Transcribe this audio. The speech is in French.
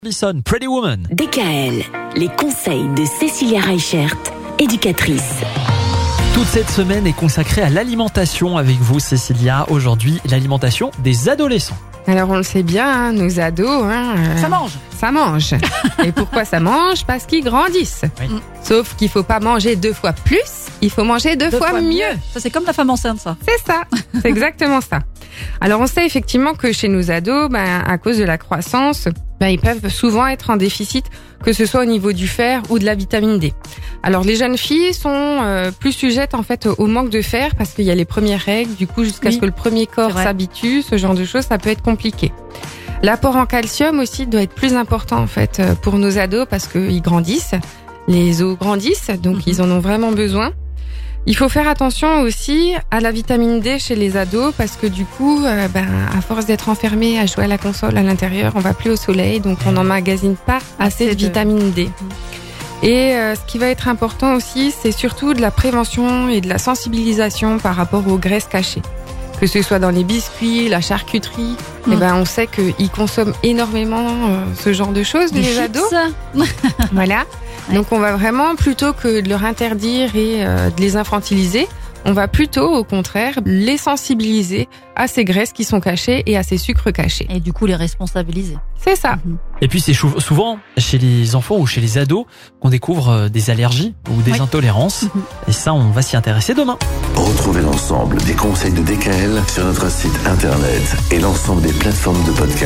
Listen, Pretty Woman. DKL, les conseils de Cécilia Reichert, éducatrice. Toute cette semaine est consacrée à l'alimentation avec vous, Cécilia. Aujourd'hui, l'alimentation des adolescents. Alors on le sait bien, nos ados, ça mange. Et pourquoi ça mange? Parce qu'ils grandissent. Oui. Sauf qu'il faut pas manger 2 fois plus, il faut manger deux fois mieux. Ça, c'est comme la femme enceinte, ça. C'est ça, c'est exactement ça. Alors on sait effectivement que chez nos ados, à cause de la croissance, ils peuvent souvent être en déficit, que ce soit au niveau du fer ou de la vitamine D. Alors les jeunes filles sont plus sujettes en fait au manque de fer parce qu'il y a les premières règles, du coup jusqu'à ce que le premier corps s'habitue, ce genre de choses, ça peut être compliqué. L'apport en calcium aussi doit être plus important en fait pour nos ados parce qu'ils grandissent, les os grandissent, donc ils en ont vraiment besoin. Il faut faire attention aussi à la vitamine D chez les ados parce que du coup, à force d'être enfermé à jouer à la console à l'intérieur, on va plus au soleil, donc on n'emmagasine pas assez de vitamine D. Et ce qui va être important aussi, c'est surtout de la prévention et de la sensibilisation par rapport aux graisses cachées. Que ce soit dans les biscuits, la charcuterie, on sait qu'ils consomment énormément ce genre de choses, les ados. Voilà. Donc on va vraiment, plutôt que de leur interdire et de les infantiliser, on va plutôt, au contraire, les sensibiliser à ces graisses qui sont cachées et à ces sucres cachés. Et du coup, les responsabiliser. C'est ça. Et puis c'est souvent chez les enfants ou chez les ados qu'on découvre des allergies ou des intolérances. Et ça, on va s'y intéresser demain. Retrouvez l'ensemble des conseils de DKL sur notre site internet et l'ensemble des plateformes de podcast.